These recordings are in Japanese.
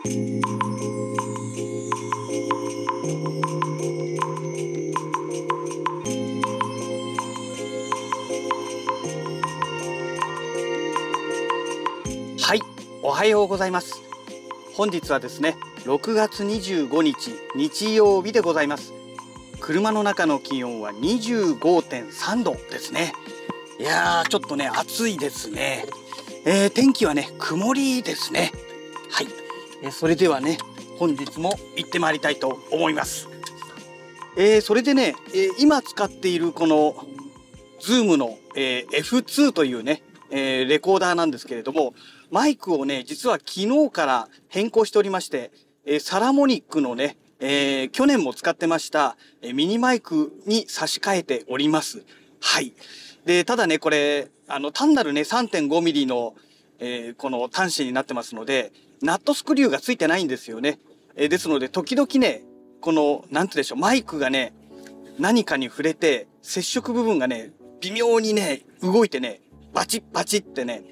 はい、おはようございます。本日はですね、6月25日日曜日でございます。車の中の気温は 25.3 度ですね。いやー、ちょっとね、暑いですね。天気はね、曇りですね。はい、それではね、本日も行ってまいりたいと思います。それでね、今使っているこの Zoom の、F2 というね、レコーダーなんですけれども、マイクをね、実は昨日から変更しておりまして、サラモニックのね、去年も使ってました、ミニマイクに差し替えております。はい。で、ただね、これ、単なるね、3.5 ミリの、この端子になってますので、ナットスクリューがついてないんですよね。ですので、時々ね、この、なんてでしょう、マイクがね、何かに触れて、接触部分がね、微妙にね、動いてね、バチッバチッってね、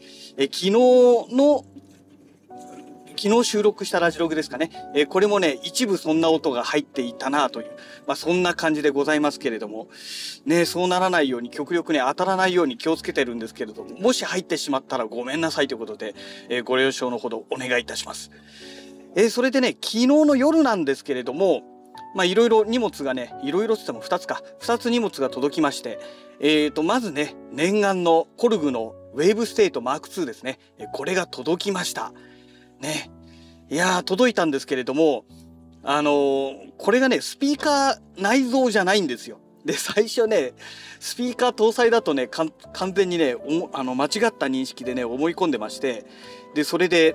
昨日収録したラジログですかね。これもね、一部そんな音が入っていたなという、そんな感じでございますけれども、ね、そうならないように、極力ね、当たらないように気をつけてるんですけれども、もし入ってしまったらごめんなさいということで、ご了承のほどお願いいたします。それでね、昨日の夜なんですけれども、いろいろ荷物がね、いろいろって言っても2つ荷物が届きまして、まずね、念願のコルグのウェーブステート M2 ですね。これが届きました。ね。いやー、届いたんですけれども、これがね、スピーカー内蔵じゃないんですよ。で、最初ね、スピーカー搭載だとね、完全にね、間違った認識でね、思い込んでまして、で、それで、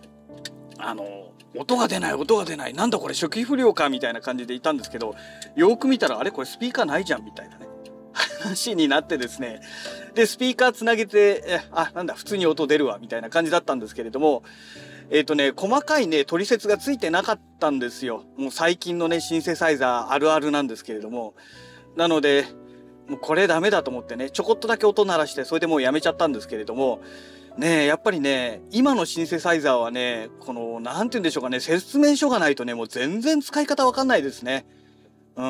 音が出ない、なんだこれ初期不良かみたいな感じでいたんですけど、よーく見たら、あれこれスピーカーないじゃんみたいなね、話になってですね、で、スピーカーつなげて、なんだ、普通に音出るわみたいな感じだったんですけれども、細かいね、取説がついてなかったんですよ。もう最近のね、シンセサイザーあるあるなんですけれども。なので、もうこれダメだと思ってね、ちょこっとだけ音鳴らして、それでもうやめちゃったんですけれども、ねえ、やっぱりね、今のシンセサイザーはね、この、なんて言うんでしょうかね、説明書がないとね、もう全然使い方わかんないですね。うん。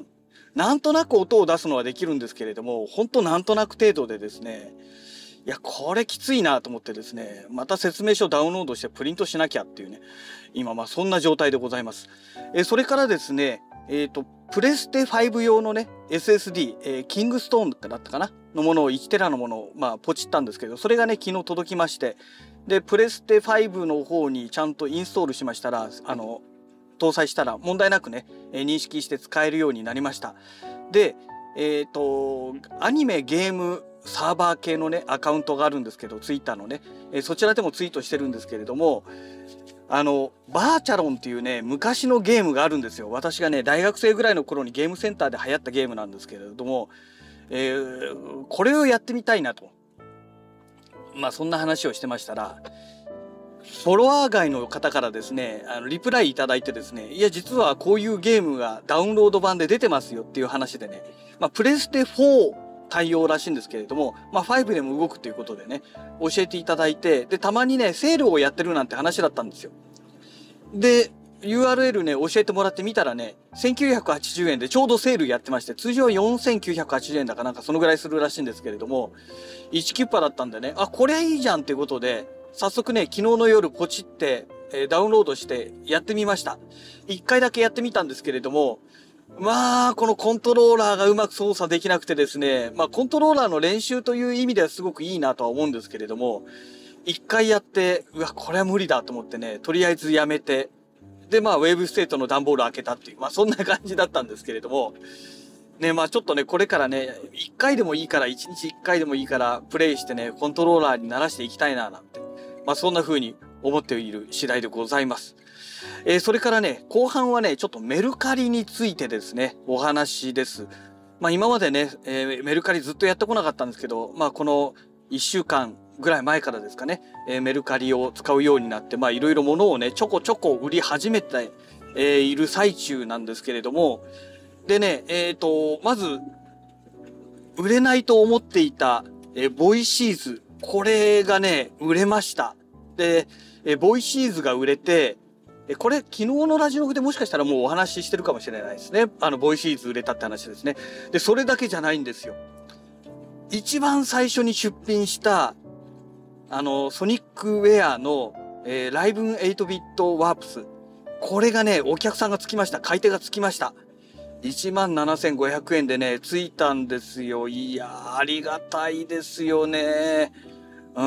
なんとなく音を出すのはできるんですけれども、ほんとなんとなく程度でですね、いや、これきついなと思ってですね、また説明書ダウンロードしてプリントしなきゃっていうね、今そんな状態でございます。それからですね、プレステ5用のね、SSD、キングストーンってなったかなのものを1テラのものを、ポチったんですけど、それがね、昨日届きまして、で、プレステ5の方にちゃんとインストールしましたら、搭載したら問題なくね、認識して使えるようになりました。で、アニメゲームサーバー系のね、アカウントがあるんですけど、ツイッターのね、そちらでもツイートしてるんですけれども、バーチャロンっていうね、昔のゲームがあるんですよ。私がね、大学生ぐらいの頃にゲームセンターで流行ったゲームなんですけれども、これをやってみたいなと。そんな話をしてましたら、フォロワー外の方からですね、リプライいただいてですね、いや、実はこういうゲームがダウンロード版で出てますよっていう話でね、プレステ4対応らしいんですけれども、5でも動くということでね、教えていただいて、で、たまにね、セールをやってるなんて話だったんですよ。で、URL ね、教えてもらってみたらね、1980円でちょうどセールやってまして、通常は4980円だかなんかそのぐらいするらしいんですけれども、1キュッパだったんでね、これはいいじゃんっていうことで、早速ね、昨日の夜ポチって、ダウンロードしてやってみました。1回だけやってみたんですけれども、このコントローラーがうまく操作できなくてですね、コントローラーの練習という意味ではすごくいいなとは思うんですけれども、1回やって、これは無理だと思ってね、とりあえずやめて、で、ウェーブステートの段ボール開けたっていう、そんな感じだったんですけれども、ね、ちょっとね、これからね、1回でもいいから、1日1回でもいいから、プレイしてね、コントローラーに慣らしていきたいな、なんて、そんな風に思っている次第でございます。それからね、後半はね、ちょっとメルカリについてですね、お話です。今までね、メルカリずっとやってこなかったんですけど、この1週間ぐらい前からですかね、メルカリを使うようになって、いろいろ物をね、ちょこちょこ売り始めて、いる最中なんですけれども、でね、まず、売れないと思っていた、ボイシーズ。これがね、売れました。で、ボイシーズが売れて、 これ昨日のラジオでもしかしたらもうお話ししてるかもしれないですね。ボイシーズ売れたって話ですね。で、それだけじゃないんですよ。一番最初に出品した、ソニックウェアの、ライブン8ビットワープス。これがね、お客さんがつきました。買い手がつきました。17,500円でね、ついたんですよ。いやー、ありがたいですよね。うん。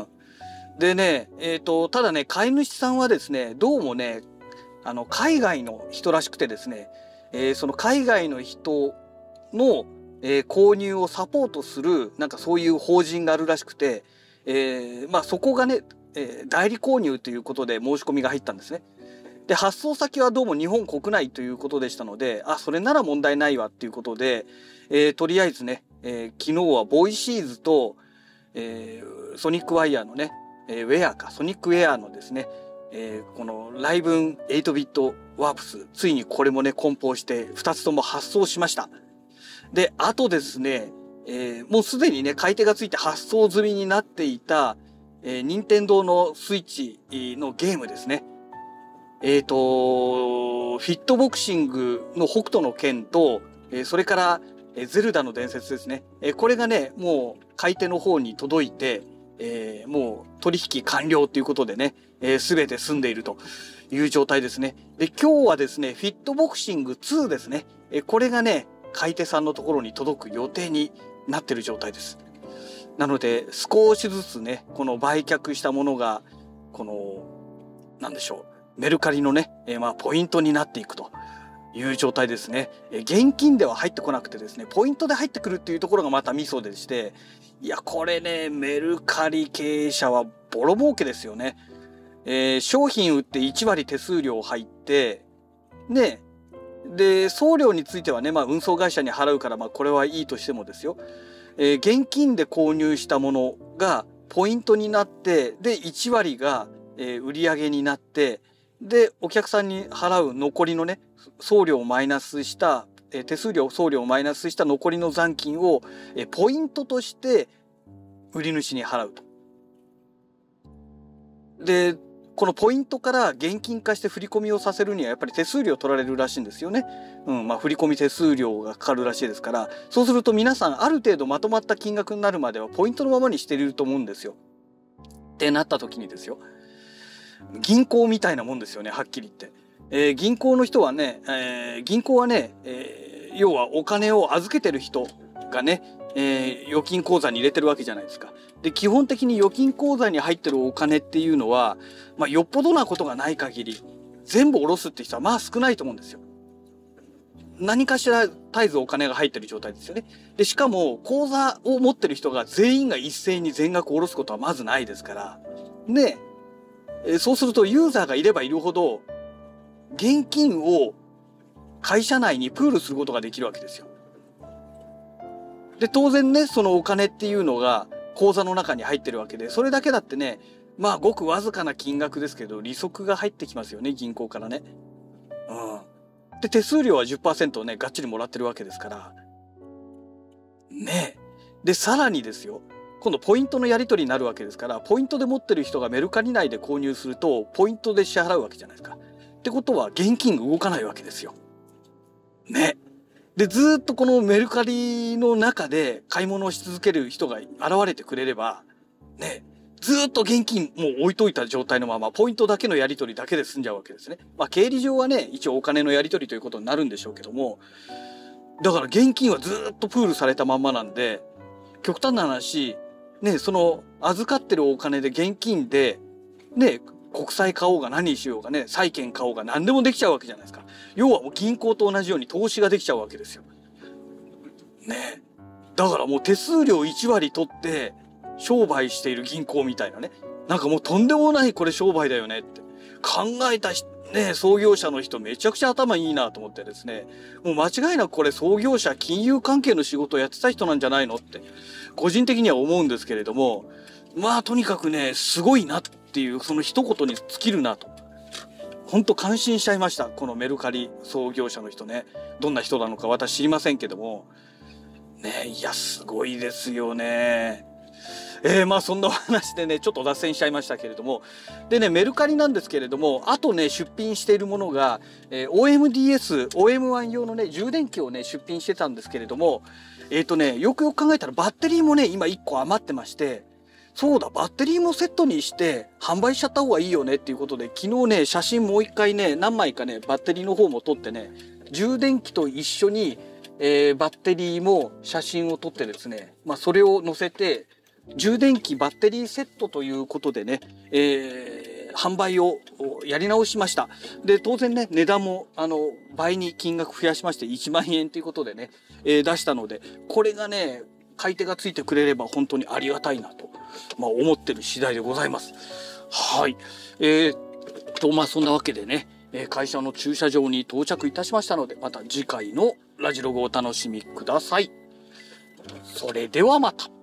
でね、ただね、飼い主さんはですね、どうもね、海外の人らしくてですね、その海外の人の、購入をサポートする、なんかそういう法人があるらしくて、まあそこがね、代理購入ということで申し込みが入ったんですね。で、発送先はどうも日本国内ということでしたので、それなら問題ないわっていうことで、とりあえずね、昨日はボイシーズと、ソニックワイヤーのね、ウェアか、ソニックウェアのですね、このライブン8ビットワープス、ついにこれもね、梱包して2つとも発送しました。で、あとですね、もうすでにね、買い手がついて発送済みになっていた、任天堂のスイッチのゲームですね。フィットボクシングの北斗の拳と、それから、ゼルダの伝説ですね。これがね、もう買い手の方に届いて、もう取引完了ということでね、すべて済んでいるという状態ですね。で、今日はですね、フィットボクシング2ですね。これがね、買い手さんのところに届く予定になっている状態です。なので、少しずつね、この売却したものが、この、なんでしょう。メルカリのね、ポイントになっていくという状態ですね。現金では入ってこなくてですね、ポイントで入ってくるっていうところがまたミソでして、いや、これね、メルカリ経営者はボロ儲けですよね。商品売って1割手数料入って、ね、で、送料についてはね、運送会社に払うから、これはいいとしてもですよ。現金で購入したものがポイントになって、で、1割が、売り上げになって、で、お客さんに払う残りのね、送料をマイナスした、手数料、送料をマイナスした残りの残金を、ポイントとして売り主に払うと。で、このポイントから現金化して振り込みをさせるにはやっぱり手数料取られるらしいんですよね。振り込み手数料がかかるらしいですから、そうすると皆さんある程度まとまった金額になるまではポイントのままにしていると思うんですよ。ってなった時にですよ。銀行みたいなもんですよね、はっきり言って。銀行の人はね、銀行はね、要はお金を預けてる人がね、預金口座に入れてるわけじゃないですか。で、基本的に預金口座に入ってるお金っていうのは、よっぽどなことがない限り、全部下ろすって人は少ないと思うんですよ。何かしら絶えずお金が入ってる状態ですよね。で、しかも、口座を持ってる人が全員が一斉に全額下ろすことはまずないですから。で、そうするとユーザーがいればいるほど、現金を会社内にプールすることができるわけですよ。で、当然ね、そのお金っていうのが口座の中に入ってるわけで、それだけだってね、ごくわずかな金額ですけど、利息が入ってきますよね、銀行からね。で、手数料は 10% ね、がっちりもらってるわけですから。ねえ。で、さらにですよ。今度ポイントのやり取りになるわけですから、ポイントで持ってる人がメルカリ内で購入すると、ポイントで支払うわけじゃないですか。ってことは、現金動かないわけですよ。ね。で、ずっとこのメルカリの中で買い物をし続ける人が現れてくれれば、ね、ずっと現金もう置いといた状態のまま、ポイントだけのやり取りだけで済んじゃうわけですね。経理上はね、一応お金のやり取りということになるんでしょうけども、だから現金はずっとプールされたまんまなんで、極端な話、ね、その預かってるお金で現金で、ね、国債買おうが何しようがね、債券買おうが何でもできちゃうわけじゃないですか。要はもう銀行と同じように投資ができちゃうわけですよ。ね。だからもう手数料1割取って商売している銀行みたいなね。なんかもうとんでもないこれ商売だよねって考えたね、創業者の人めちゃくちゃ頭いいなと思ってですね、もう間違いなくこれ創業者金融関係の仕事をやってた人なんじゃないのって個人的には思うんですけれども、とにかくね、すごいなっていうその一言に尽きるなと。ほんと感心しちゃいました。このメルカリ創業者の人ね。どんな人なのか私知りませんけども。ね、いや、すごいですよね。 まあそんなお話でねちょっと脱線しちゃいましたけれども、でねメルカリなんですけれども、あとね出品しているものが、OMDS、OM1 用のね充電器をね出品してたんですけれども、よくよく考えたらバッテリーもね今1個余ってまして、そうだバッテリーもセットにして販売しちゃった方がいいよねっていうことで、昨日ね写真もう一回ね何枚かねバッテリーの方も撮ってね、充電器と一緒に、バッテリーも写真を撮ってですね、まあ、それを載せて充電器バッテリーセットということでね、販売をやり直しました。で当然ね値段も倍に金額増やしまして1万円ということでね、出したので、これがね買い手がついてくれれば本当にありがたいなと、まあ、思ってる次第でございます。はい。まあそんなわけでね、会社の駐車場に到着いたしましたので、また次回のラジログをお楽しみください。それではまた。